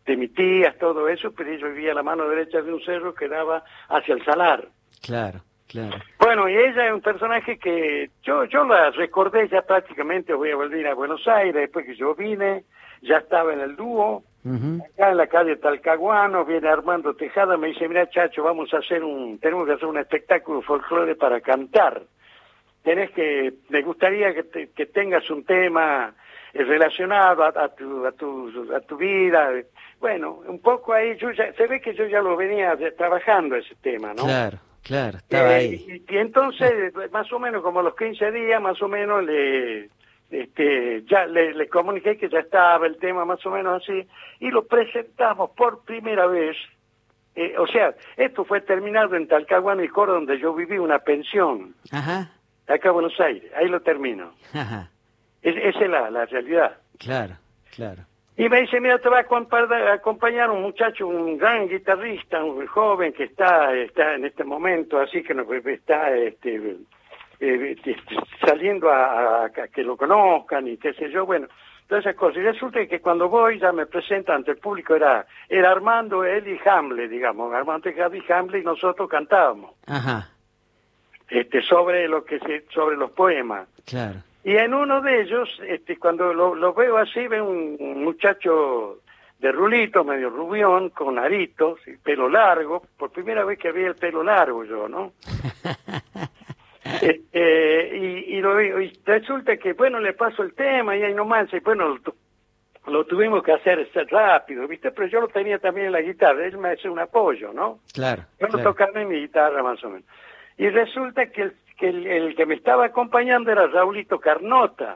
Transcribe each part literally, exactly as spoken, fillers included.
de mi tía, todo eso, pero yo vivía a la mano derecha de un cerro que daba hacia el salar. Claro, claro. Bueno, y ella es un personaje que yo yo la recordé ya prácticamente, voy a volver a Buenos Aires, después que yo vine, ya estaba en el dúo, uh-huh. acá en la calle Talcahuano, viene Armando Tejada, me dice, mira Chacho, vamos a hacer un, tenemos que hacer un espectáculo folclore para cantar. Tenés que, me gustaría que, te, que tengas un tema relacionado a, a, tu, a, tu, a tu vida. Bueno, un poco ahí, yo ya, se ve que yo ya lo venía de, trabajando ese tema, ¿no? Claro, claro, estaba eh, ahí. Y, y entonces, más o menos como a los quince días, más o menos, le este ya le, le comuniqué que ya estaba el tema más o menos así, y lo presentamos por primera vez. Eh, o sea, esto fue terminado en Talcahuano y Córdoba, donde yo viví una pensión. Ajá. Acá en Buenos Aires, ahí lo termino. Ajá. Es, esa es la, la realidad. Claro, claro. Y me dice, mira, te va a acompañar un muchacho, un gran guitarrista, un joven que está está en este momento, así que nos está este, eh, este, saliendo a, a, a que lo conozcan y qué sé yo, bueno, todas esas cosas. Y resulta que cuando voy, ya me presenta ante el público, era era Armando, él y Hamble, digamos, Armando Tejada y Hamble, y nosotros cantábamos. Ajá. Este, sobre lo que se, sobre los poemas. Claro. Y en uno de ellos, este, cuando lo, lo veo así, veo un, un muchacho de rulito, medio rubión, con aritos, y pelo largo, por primera vez que vi el pelo largo yo, ¿no? este, y, y, lo, y resulta que, bueno, le paso el tema y ahí nomás, y bueno, lo, lo tuvimos que hacer rápido, ¿viste? Pero yo lo tenía también en la guitarra, él me hace un apoyo, ¿no? Claro. Yo claro. lo tocaba en mi guitarra más o menos. Y resulta que el que el, el que me estaba acompañando era Raulito Carnota.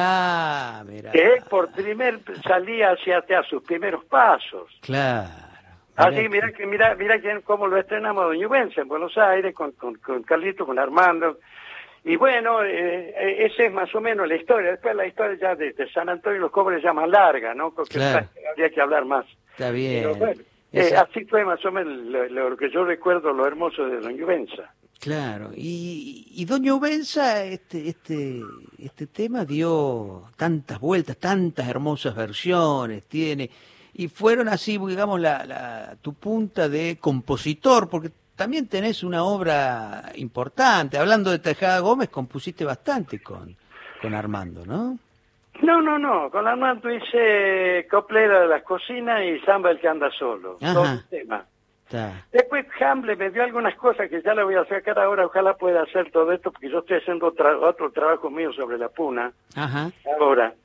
Ah, mira. Que él por primer salía hacia, hacia sus primeros pasos. Claro. Así, mira que mira mira que cómo lo estrenamos Doña Ubenza en Buenos Aires con, con, con Carlito, con Armando. Y bueno, eh, esa es más o menos la historia. Después la historia ya de, de San Antonio y los Cobres ya más larga, ¿no? Porque claro. habría que hablar más. Está bien. Pero bueno, eh, así fue más o menos lo, lo que yo recuerdo, lo hermoso de Doña Ubenza. Claro, y, y Doña Ubenza, este, este, este tema dio tantas vueltas, tantas hermosas versiones, tiene, y fueron así, digamos, la, la, tu punta de compositor, porque también tenés una obra importante. Hablando de Tejada Gómez, compusiste bastante con, con Armando, ¿no? No, no, no, con Armando hice Coplera de las Cocinas y Samba el que anda solo, dos temas. Está. Después Hamble me dio algunas cosas que ya le voy a sacar ahora, ojalá pueda hacer todo esto, porque yo estoy haciendo otra, otro trabajo mío sobre la puna. Ajá. Ahora.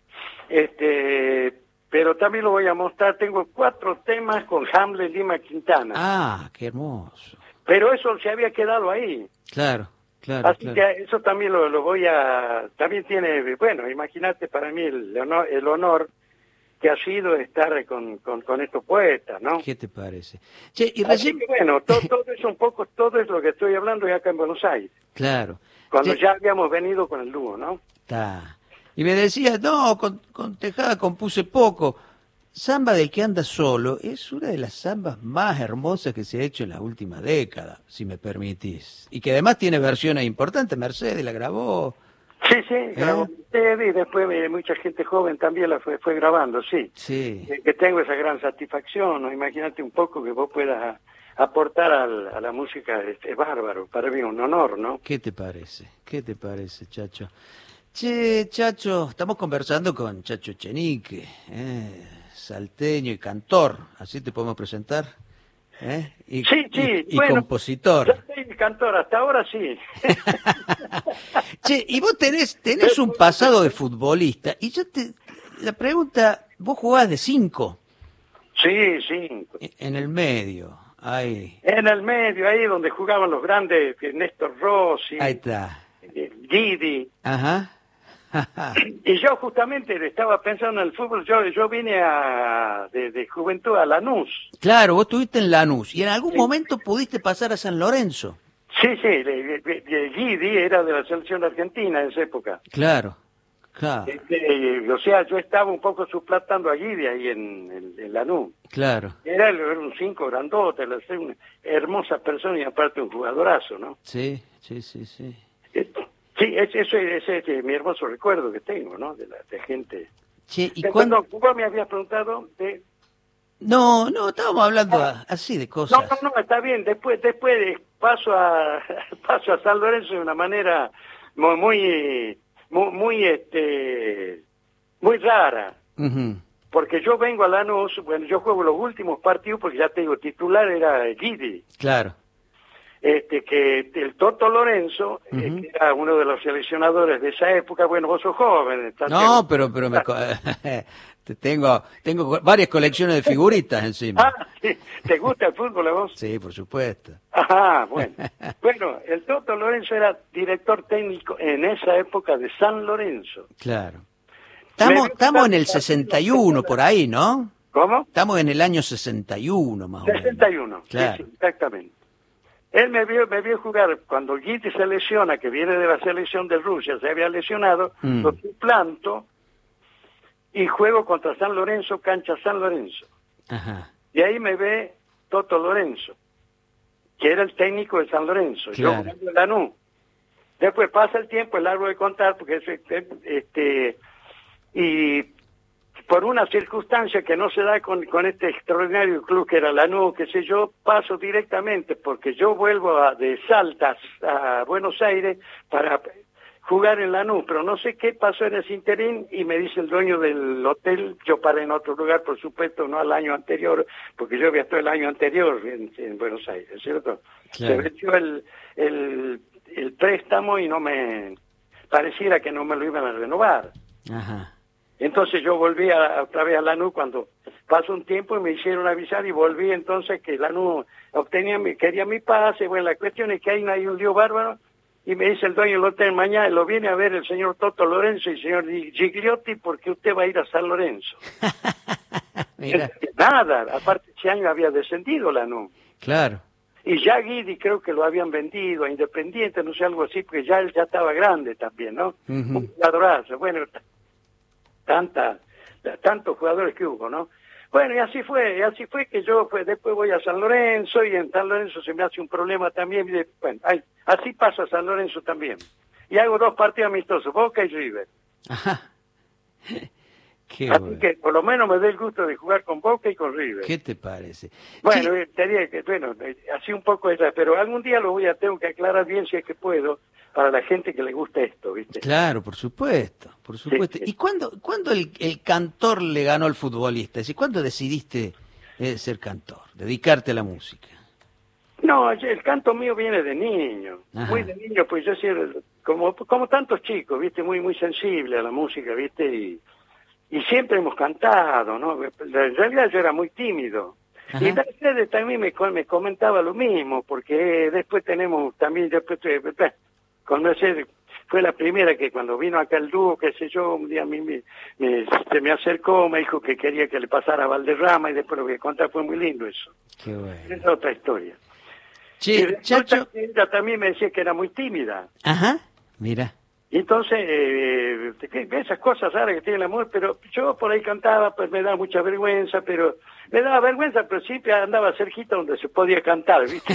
Este, pero también lo voy a mostrar, tengo cuatro temas con Hamble Lima Quintana. Ah, qué hermoso. Pero eso se había quedado ahí. Claro, claro. Así claro. que eso también lo, lo voy a, también tiene, bueno, imagínate para mí el honor, el honor que ha sido estar con, con, con estos poetas, ¿no? ¿Qué te parece? Che, y Así recién... que bueno, todo, todo es un poco, todo es lo que estoy hablando ya acá en Buenos Aires. Claro. Cuando che... ya habíamos venido con el dúo, ¿no? Está. Y me decías, no, con, con Tejada compuse poco. Samba del que anda solo es una de las zambas más hermosas que se ha hecho en la última década, si me permitís. Y que además tiene versiones importantes, Mercedes la grabó. Sí, sí, grabó Mercedes, y después eh, mucha gente joven también la fue, fue grabando, sí. Sí. Eh, que tengo esa gran satisfacción, ¿no? Imagínate un poco que vos puedas aportar al, a la música, es bárbaro, para mí un honor, ¿no? ¿Qué te parece? ¿Qué te parece, Chacho? Che, Chacho, estamos conversando con Chacho Echenique, eh, salteño y cantor, así te podemos presentar. ¿Eh? Y, sí, sí, y, y bueno, compositor. Yo soy cantor, hasta ahora sí. Che, y vos tenés, tenés un pasado de futbolista, y yo te, la pregunta, vos jugás de cinco. Sí, cinco. En el medio, ahí. En el medio, ahí donde jugaban los grandes, Néstor Rossi. Ahí está. Guidi. Ajá. Y yo justamente estaba pensando en el fútbol, yo yo vine a de, de juventud a Lanús. Claro, vos estuviste en Lanús, y en algún sí. momento pudiste pasar a San Lorenzo. Sí, sí, Guidi era de la selección argentina en esa época. Claro, claro. Este, o sea, yo estaba un poco suplantando a Guidi ahí en, en, en Lanús. Claro. Era, era un cinco grandote, una hermosa persona y aparte un jugadorazo, ¿no? Sí, sí, sí, sí. Sí, ese es, es, es, es mi hermoso recuerdo que tengo, ¿no? De la de gente. Che, ¿y de, cuándo? Cuando vos me habías preguntado de... No, no, estábamos hablando Ah. así de No, cosas. no, no, está bien. Después, después de- paso a paso a San Lorenzo de una manera muy, muy, muy, muy, este, muy rara. Ujú, Porque yo vengo a Lanús, bueno, yo juego los últimos partidos porque ya tengo titular, era Guidi. claro. Este, que el Toto Lorenzo, eh, Ujú. que era uno de los seleccionadores de esa época, bueno, vos sos joven. estás No, seguro. pero, pero me, co- te tengo, tengo varias colecciones de figuritas encima. Ah, sí. ¿Te gusta el fútbol a vos? Sí, por supuesto. Ajá, bueno. Bueno, el Toto Lorenzo era director técnico en esa época de San Lorenzo. Claro. Estamos, Me- estamos en el sesenta y uno, por ahí, ¿no? ¿Cómo? Estamos en el año sesenta y uno, más o menos. sesenta y uno, sí, Claro. sí, exactamente. Él me vio, me vio jugar cuando Guiti se lesiona, que viene de la selección de Rusia, se había lesionado, Mm. lo suplanto y juego contra San Lorenzo, cancha San Lorenzo. Ajá. Y ahí me ve Toto Lorenzo, que era el técnico de San Lorenzo, yo Claro. jugando en Lanús. Después pasa el tiempo, es largo de contar, porque es, este, y por una circunstancia que no se da con, con este extraordinario club que era Lanús, qué sé yo, paso directamente, porque yo vuelvo a, de Salta a Buenos Aires para jugar en Lanús, pero no sé qué pasó en ese interín y me dice el dueño del hotel, yo paré en otro lugar, por supuesto, no al año anterior, porque yo había estado el año anterior en, en Buenos Aires, ¿cierto? Claro. Se venció el, el, el préstamo y no me pareciera que no me lo iban a renovar. Ajá. Entonces yo volví a, otra vez a Lanús cuando pasó un tiempo y me hicieron avisar y volví entonces que Lanús obtenía mi, quería mi pase. Bueno, la cuestión es que ahí no hay un lío bárbaro y me dice el dueño del hotel, mañana lo viene a ver el señor Toto Lorenzo y el señor Gigliotti porque usted va a ir a San Lorenzo. Mira, Nada, aparte ese año había descendido Lanús. claro. Y ya Guidi creo que lo habían vendido a Independiente, no sé, algo así, porque ya él ya estaba grande también, ¿no? Ujú. Un jugadorazo. Bueno, tanta, tantos jugadores que hubo, ¿no? Bueno, y así fue, y así fue que yo pues, después voy a San Lorenzo y en San Lorenzo se me hace un problema también. Y de, bueno, ay, así pasa San Lorenzo también. Y hago dos partidos amistosos, Boca y River. Ajá. Qué Así bueno. que por lo menos me da el gusto de jugar con Boca y con River. ¿Qué te parece? Bueno, Che, eh, te diría que, bueno, eh, así un poco esa, pero algún día lo voy a, tengo que aclarar bien si es que puedo, para la gente que le gusta esto, ¿viste? claro, por supuesto, por supuesto. sí. ¿Y cuándo, cuándo el, el cantor le ganó al futbolista? Es decir, ¿cuándo decidiste eh, ser cantor, dedicarte a la música? No, el canto mío viene de niño, Ajá. muy de niño, pues yo siempre, como, como tantos chicos, ¿viste? Muy, muy sensible a la música, ¿viste? Y, y siempre hemos cantado, ¿no? En realidad yo era muy tímido. Ajá. Y Mercedes también me, co- me comentaba lo mismo, porque después tenemos también, después, eh, eh, con Mercedes, fue la primera que cuando vino acá el dúo, qué sé yo, un día a mí me, me- se me acercó, me dijo que quería que le pasara a Valderrama y después lo que contar fue muy lindo eso. Qué Esa bueno. es otra historia. y Che, resulta Chacho. que ella también me decía que era muy tímida. Ajá, mira. Y entonces, eh, que- esas cosas raras que tiene el amor, pero yo por ahí cantaba, pues me daba mucha vergüenza, pero me daba vergüenza, pero siempre andaba cerquita donde se podía cantar, ¿viste?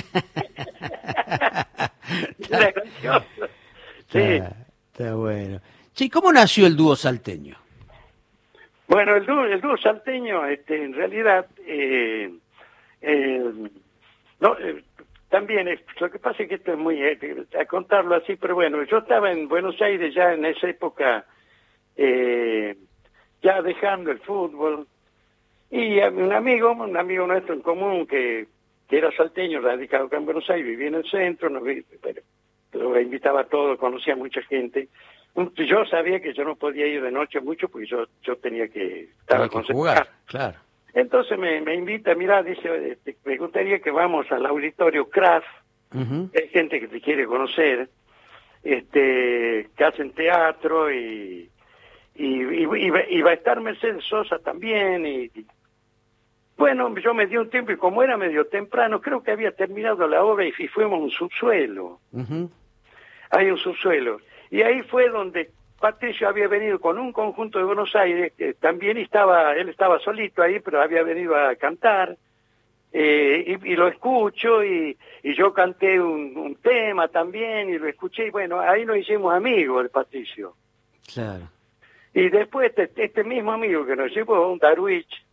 Era gracioso. Sí. Está, está bueno. Che, ¿cómo nació el dúo salteño? Bueno, el dúo, el dúo salteño, este, en realidad, eh, eh, no, eh, también, es, lo que pasa es que esto es muy, eh, a contarlo así, pero bueno, yo estaba en Buenos Aires ya en esa época, eh, ya dejando el fútbol, y a- un amigo, un amigo nuestro en común que, que era salteño, radicado acá en Buenos Aires, vivía en el centro, nos, vi- pero, lo invitaba a todos, conocía a mucha gente. Un- Yo sabía que yo no podía ir de noche mucho porque yo yo tenía que estaba Hay que concentrado. jugar, claro. Entonces me, me invita, mira, dice, este, me gustaría que vamos al auditorio Kraft, Ujú. hay gente que te quiere conocer, este, que hacen teatro y y, y, y va- y va a estar Mercedes Sosa también y, y- bueno, yo me di un tiempo y como era medio temprano, creo que había terminado la obra y, y fuimos a un subsuelo. Ujú. Hay un subsuelo. Y ahí fue donde Patricio había venido con un conjunto de Buenos Aires, que también estaba, él estaba solito ahí, pero había venido a cantar, eh, y, y lo escucho, y, y yo canté un, un tema también, y lo escuché, y bueno, ahí nos hicimos amigos, el Patricio. Claro. Y después este, este mismo amigo que nos llevó, un Darwich,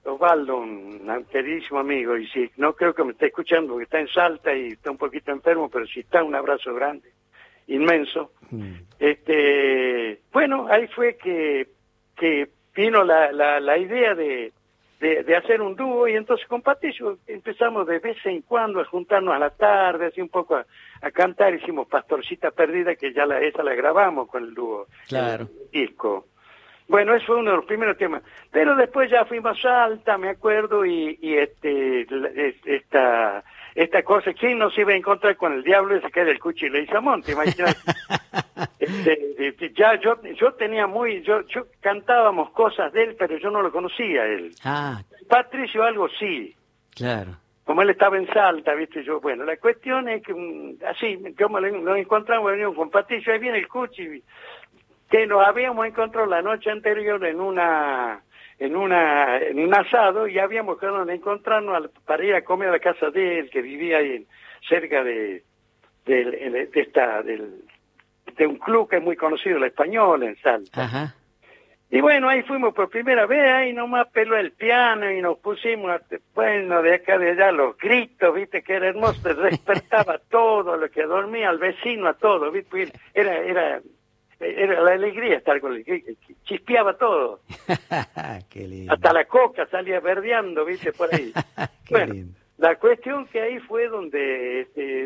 Osvaldo, un queridísimo amigo, y si no creo que me esté escuchando porque está en Salta y está un poquito enfermo, pero si está, un abrazo grande, inmenso. Mm. Este, bueno, ahí fue que, que vino la, la, la idea de, de, de hacer un dúo, y entonces con Patricio empezamos de vez en cuando a juntarnos a la tarde, así un poco a, a cantar. Hicimos Pastorcita Perdida, que ya la, esa la grabamos con el dúo, claro, el disco. Bueno, eso fue uno de los primeros temas. Pero después ya fuimos a Salta, me acuerdo, y, y este esta esta cosa, ¿quién nos iba a encontrar con el diablo ese que era el Cuchi Leguizamón? ¿Te imaginas? este, ya yo yo tenía muy, yo yo cantábamos cosas de él, pero yo no lo conocía él. Ah. Patricio algo sí. Claro. Como él estaba en Salta, viste, yo, bueno, la cuestión es que así, como nos encontramos, venimos con Patricio, ahí viene el Cuchi, que nos habíamos encontrado la noche anterior en una en una en un asado, y habíamos quedado de encontrarnos al, para ir a comer a la casa de él, que vivía ahí en, cerca de de, de, de esta del, de un club que es muy conocido, el Español, en Salta. Ajá. Y bueno, ahí fuimos por primera vez, ahí nomás peló el piano y nos pusimos, a, bueno, de acá de allá los gritos, viste, que era hermoso, despertaba todo lo que dormía, al vecino, a todo, viste, era era era la alegría estar con el que chispeaba todo. Qué lindo. Hasta la coca salía verdeando, viste, por ahí. Qué bueno, lindo. La cuestión que ahí fue donde este,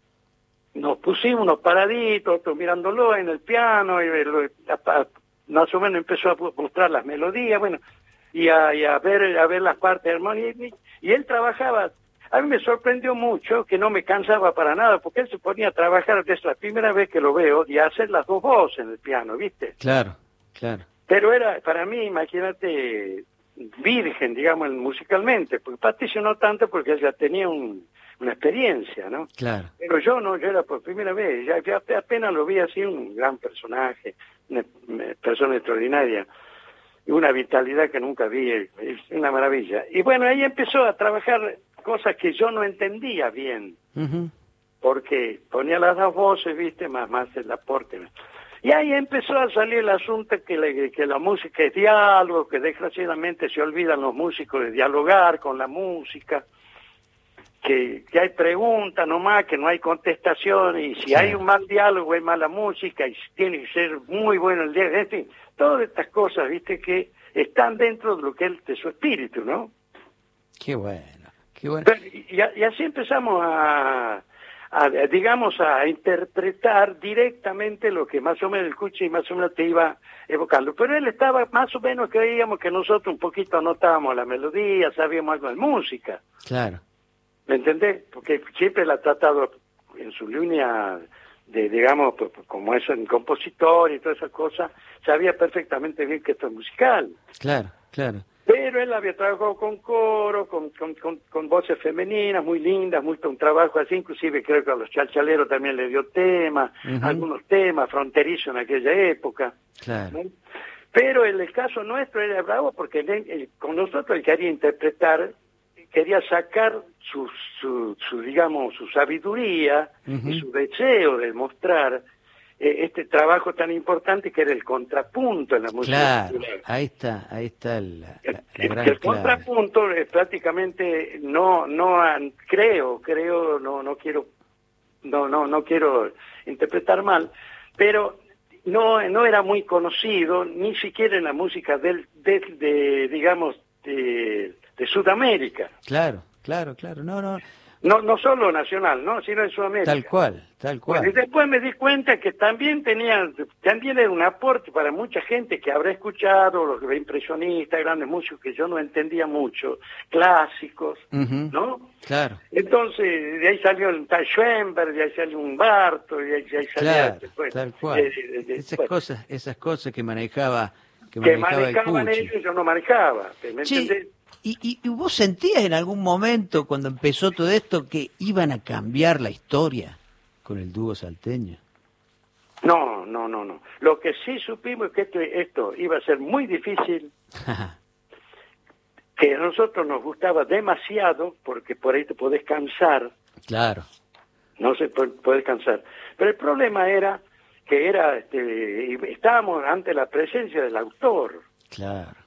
nos pusimos unos paraditos, otros mirándolo en el piano, y lo, a, más o menos empezó a mostrar las melodías, bueno, y a, y a ver a ver las partes armónicas, y, y él trabajaba. A mí me sorprendió mucho que no me cansaba para nada, porque él se ponía a trabajar, desde la primera vez que lo veo, y a hacer las dos voces en el piano, ¿viste? Claro, claro. Pero era, para mí, imagínate, virgen, digamos, musicalmente, porque Patricio no tanto, porque él ya tenía un, una experiencia, ¿no? Claro. Pero yo no, yo era por primera vez, ya, ya apenas lo vi así, un gran personaje, una, una persona extraordinaria, y una vitalidad que nunca vi, es una maravilla. Y bueno, ahí empezó a trabajar cosas que yo no entendía bien, uh-huh. porque ponía las dos voces, viste, más más el aporte. Y ahí empezó a salir el asunto que, le, que la música es diálogo, que desgraciadamente se olvidan los músicos de dialogar con la música, que, que hay preguntas nomás, que no hay contestación, y si sí. hay un mal diálogo es mala música, y tiene que ser muy bueno el diálogo, en fin, todas estas cosas, viste, que están dentro de lo que es de su espíritu, ¿no? Qué bueno. Qué bueno. Pero, y, y así empezamos a, a, digamos, a interpretar directamente lo que más o menos el Cuchi más o menos te iba evocando. Pero él estaba, más o menos creíamos que nosotros un poquito anotábamos la melodía, sabíamos algo de música. Claro. ¿Me entendés? Porque siempre la ha tratado en su línea de, digamos, pues, como es un compositor y todas esas cosas, sabía perfectamente bien que esto es musical. Claro, claro. Pero él había trabajado con coro, con, con, con, con voces femeninas muy lindas, mucho un trabajo así, inclusive creo que a los chalchaleros también le dio temas, uh-huh. algunos temas fronterizos en aquella época. Claro. ¿no? Pero en el caso nuestro era bravo porque él, él, con nosotros él quería interpretar, quería sacar su, su, su digamos, su sabiduría uh-huh. y su deseo de mostrar eh, este trabajo tan importante que era el contrapunto en la música. Claro, ahí está, ahí está el, la, la el, gran el clave. Contrapunto es prácticamente no, no creo, creo, no, no quiero, no, no, no quiero interpretar mal, pero no, no era muy conocido ni siquiera en la música del, de, de digamos, de, de Sudamérica. Claro, claro, claro, no, no. No, no solo nacional, ¿no? Sino en Sudamérica. Tal cual, tal cual. Bueno, y después me di cuenta que también tenía, también era un aporte para mucha gente que habrá escuchado, los impresionistas, grandes músicos que yo no entendía mucho, clásicos, uh-huh. ¿no? Claro. Entonces, de ahí salió el tal Schoenberg, de ahí salió un Barto, de ahí, de ahí salió... Claro, después, tal cual. De, de, de, esas bueno, cosas, esas cosas que manejaba, que que manejaba manejaban el ellos, yo no manejaba, ¿me sí. entendés? ¿Y, y, ¿Y vos sentías en algún momento, cuando empezó todo esto, que iban a cambiar la historia con el dúo salteño? No, no, no, no. Lo que sí supimos es que esto, esto iba a ser muy difícil, que a nosotros nos gustaba demasiado, porque por ahí te podés cansar. Claro. No se puede cansar. Pero el problema era que era, este, estábamos ante la presencia del autor. Claro.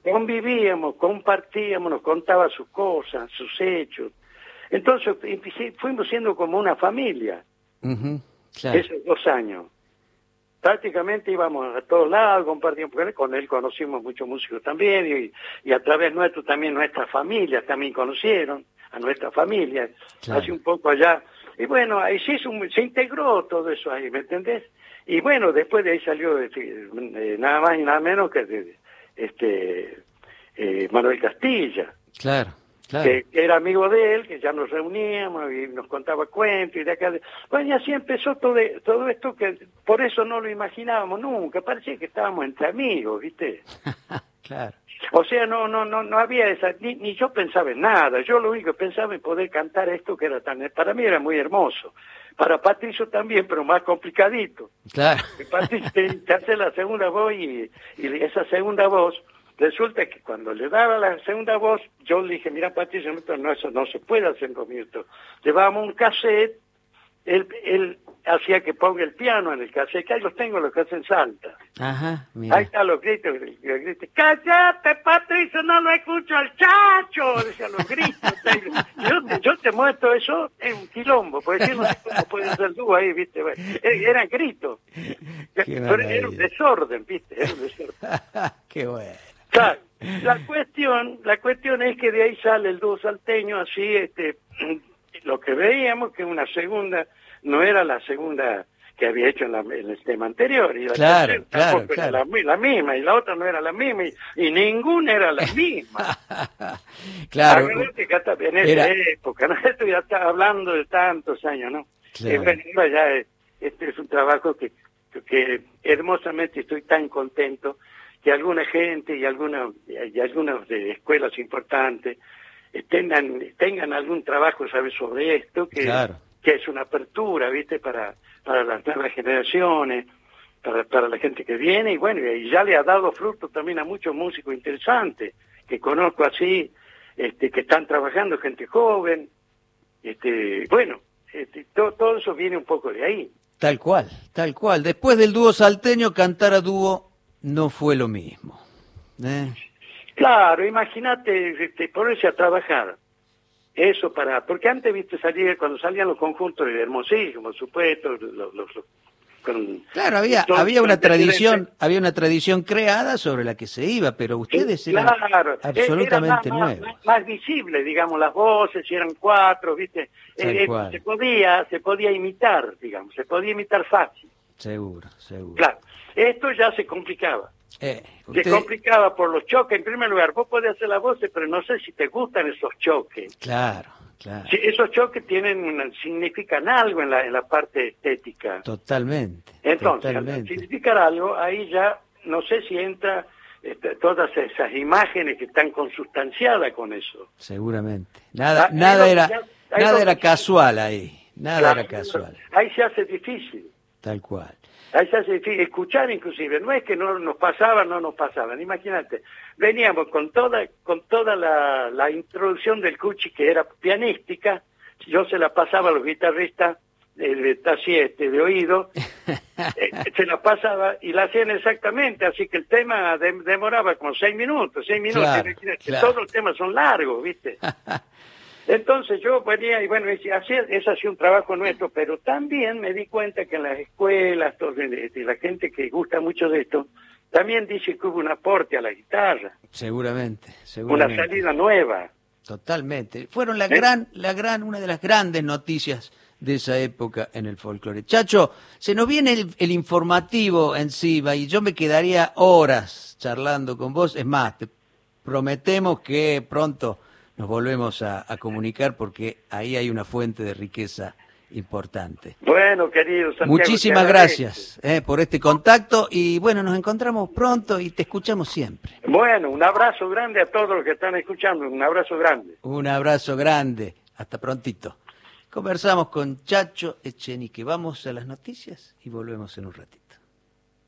convivíamos, compartíamos, nos contaba sus cosas, sus hechos. Entonces fuimos siendo como una familia, uh-huh, claro. esos dos años. Prácticamente íbamos a todos lados, compartíamos con él, con él conocimos muchos músicos también, y, y a través nuestro también nuestras familias también conocieron a nuestra familia, claro. Hace un poco allá. Y bueno, ahí sí se, se integró todo eso ahí, ¿me entendés? Y bueno, después de ahí salió eh, nada más y nada menos que de, este eh, Manuel Castilla. Claro. Claro. Que, que era amigo de él, que ya nos reuníamos y nos contaba cuentos y de acá. De... Bueno, y así empezó todo, todo esto, que por eso no lo imaginábamos nunca, parecía que estábamos entre amigos, ¿viste? Claro. O sea, no no no no había esa, ni, ni yo pensaba en nada, yo lo único que pensaba en poder cantar esto que era tan, para mí era muy hermoso. Para Patricio también, pero más complicadito. Claro. Patricio te, te hace la segunda voz y, y esa segunda voz... Resulta que cuando le daba la segunda voz, yo le dije, mira Patricio, no, eso no se puede hacer en dos minutos. Llevábamos un cassette, él, él hacía que ponga el piano en el cassette, que ahí los tengo, los que hacen salta. Ajá, mira. Ahí están los gritos, los gritos, cállate Patricio, no lo escucho al Chacho, decían los gritos. Yo, yo te muestro eso, es un quilombo, porque si no sé cómo puede ser tú ahí, viste, eran gritos. Pero era un desorden, viste, era un desorden. Qué bueno. Claro. La cuestión, la cuestión es que de ahí sale el dúo salteño, así, este, lo que veíamos que una segunda, no era la segunda que había hecho en, la, en el tema anterior, y la claro, tercera claro, tampoco claro. era la, la misma, y la otra no era la misma, y, y ninguna era la misma. Claro. Acuérdate que hasta en esa era... época, ¿no? Esto ya está hablando de tantos años, ¿no? Claro. Eh, ya, este es un trabajo que, que hermosamente estoy tan contento que alguna gente y algunas y algunas de escuelas importantes tengan tengan algún trabajo, ¿sabes?, sobre esto, que claro. que es una apertura, ¿viste?, para para las nuevas generaciones, para para la gente que viene, y bueno, y ya le ha dado fruto también a muchos músicos interesantes que conozco así, este que están trabajando, gente joven, este bueno, este, todo, todo eso viene un poco de ahí. Tal cual, tal cual. Después del dúo salteño, cantar a dúo no fue lo mismo. ¿eh? Claro, imagínate este, ponerse a trabajar. Eso para... Porque antes, viste, salía, cuando salían los conjuntos de Hermosillo, por supuesto, los... los, los con, claro, había con, había una tradición, presidente. había una tradición creada sobre la que se iba, pero ustedes eran claro, absolutamente era más, nuevos. Más, más visible, digamos, las voces, si eran cuatro, viste, eh, eh, se podía, se podía imitar, digamos, se podía imitar fácil. Seguro, seguro. Claro. Esto ya se complicaba. Eh, usted... Se complicaba por los choques. En primer lugar, vos podés hacer las voces, pero no sé si te gustan esos choques. Claro, claro. Sí, esos choques tienen una, significan algo en la, en la parte estética. Totalmente. Entonces, totalmente. al significar algo, ahí ya no sé si entra este, todas esas imágenes que están consustanciadas con eso. Seguramente. Nada, ahí nada lo, era, ya, nada era lo, casual ahí. Nada claro, era casual. Ahí se hace difícil. Tal cual. Ahí se hace difícil escuchar, inclusive, no es que no nos pasaban, no nos pasaban, imagínate, veníamos con toda con toda la, la introducción del Cuchi, que era pianística, yo se la pasaba a los guitarristas, eh, así este, de oído, eh, se la pasaba y la hacían exactamente, así que el tema de, demoraba como seis minutos, seis minutos, claro, imagínate, claro. Todos los temas son largos, ¿viste? Entonces yo venía y bueno, hacía, es así un trabajo nuestro, pero también me di cuenta que en las escuelas, todo, de, de la gente que gusta mucho de esto, también dice que hubo un aporte a la guitarra. Seguramente, seguramente. Una salida nueva. Totalmente. Fueron la ¿Eh? gran, la gran, una de las grandes noticias de esa época en el folclore. Chacho, se nos viene el, el informativo encima y yo me quedaría horas charlando con vos. Es más, te prometemos que pronto nos volvemos a, a comunicar porque ahí hay una fuente de riqueza importante. Bueno, querido Santiago, muchísimas gracias eh, por este contacto y bueno, nos encontramos pronto y te escuchamos siempre. Bueno, un abrazo grande a todos los que están escuchando, un abrazo grande. Un abrazo grande, hasta prontito. Conversamos con Chacho Echenique. Vamos a las noticias y volvemos en un ratito.